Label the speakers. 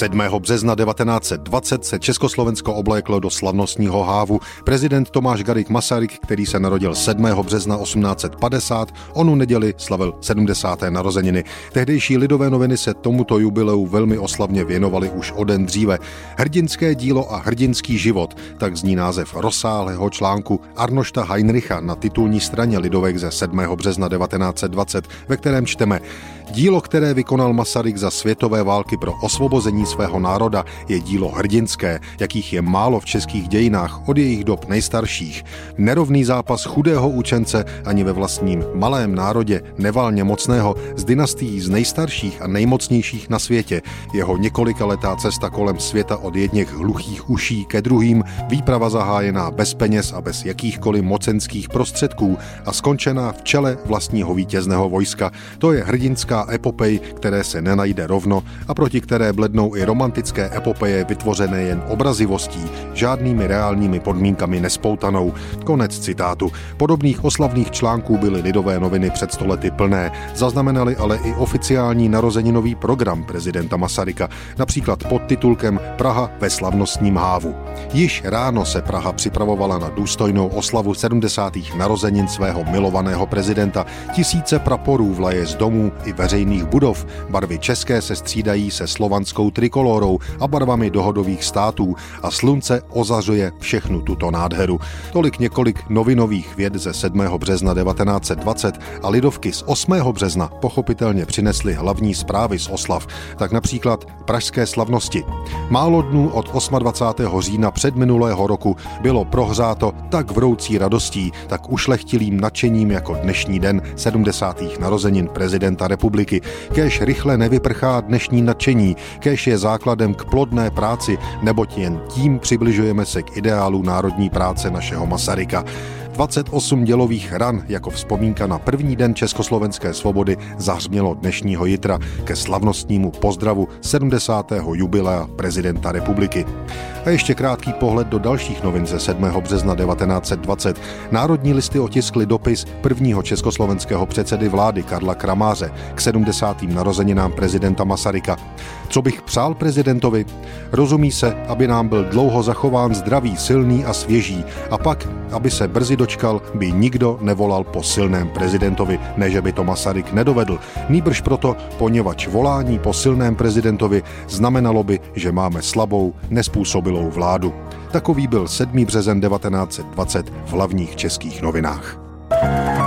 Speaker 1: 7. března 1920 se Československo obléklo do slavnostního hávu. Prezident Tomáš Garrigue Masaryk, který se narodil 7. března 1850, onu neděli slavil 70. narozeniny. Tehdejší Lidové noviny se tomuto jubileu velmi oslavně věnovaly už o den dříve. Hrdinské dílo a hrdinský život, tak zní název rozsáhlého článku Arnošta Heinricha na titulní straně Lidovek ze 7. března 1920, ve kterém čteme: dílo, které vykonal Masaryk za světové války pro osvobození svého národa, je dílo hrdinské, jakých je málo v českých dějinách od jejich dob nejstarších. Nerovný zápas chudého učence ani ve vlastním malém národě nevalně mocného s dynastií z nejstarších a nejmocnějších na světě, jeho několikaletá cesta kolem světa od jedněch hluchých uší ke druhým, výprava zahájená bez peněz a bez jakýchkoliv mocenských prostředků a skončená v čele vlastního vítězného vojska. To je hrdinská epopej, které se nenajde rovno a proti které blednou i romantické epopeje vytvořené jen obrazivostí, žádnými reálními podmínkami nespoutanou. Konec citátu. Podobných oslavných článků byly Lidové noviny před 100 lety plné. Zaznamenali ale i oficiální narozeninový program prezidenta Masaryka, například pod titulkem Praha ve slavnostním hávu. Již ráno se Praha připravovala na důstojnou oslavu 70. narozenin svého milovaného prezidenta. Tisíce praporů vlaje z domů i veřejných budov. Barvy české se střídají se slovanskou trikolórou a barvami dohodových států a slunce ozařuje všechnu tuto nádheru. Tolik několik novinových vět ze 7. března 1920 a Lidovky z 8. března pochopitelně přinesly hlavní zprávy z oslav, tak například pražské slavnosti. Málo dnů od 28. října předminulého roku bylo prohřáto tak vroucí radostí, tak ušlechtilým nadšením jako dnešní den 70. narozenin prezidenta republiky. Kéž rychle nevyprchá dnešní nadšení, kéž je základem k plodné práci, neboť jen tím přibližujeme se k ideálu národní práce našeho Masaryka. 28 dělových ran jako vzpomínka na první den československé svobody zahřmělo dnešního jitra ke slavnostnímu pozdravu 70. jubilea prezidenta republiky. A ještě krátký pohled do dalších novin ze 7. března 1920. Národní listy otiskly dopis prvního československého předsedy vlády Karla Kramáře k 70. narozeninám prezidenta Masaryka. Co bych přál prezidentovi? Rozumí se, aby nám byl dlouho zachován zdravý, silný a svěží a pak, aby se brzy dočkal, by nikdo nevolal po silném prezidentovi, ne že by to Masaryk nedovedl. Nýbrž proto, poněvadž volání po silném prezidentovi znamenalo by, že máme slabou, nezpůsobilou vládu. Takový byl 7. březen 1920 v hlavních českých novinách.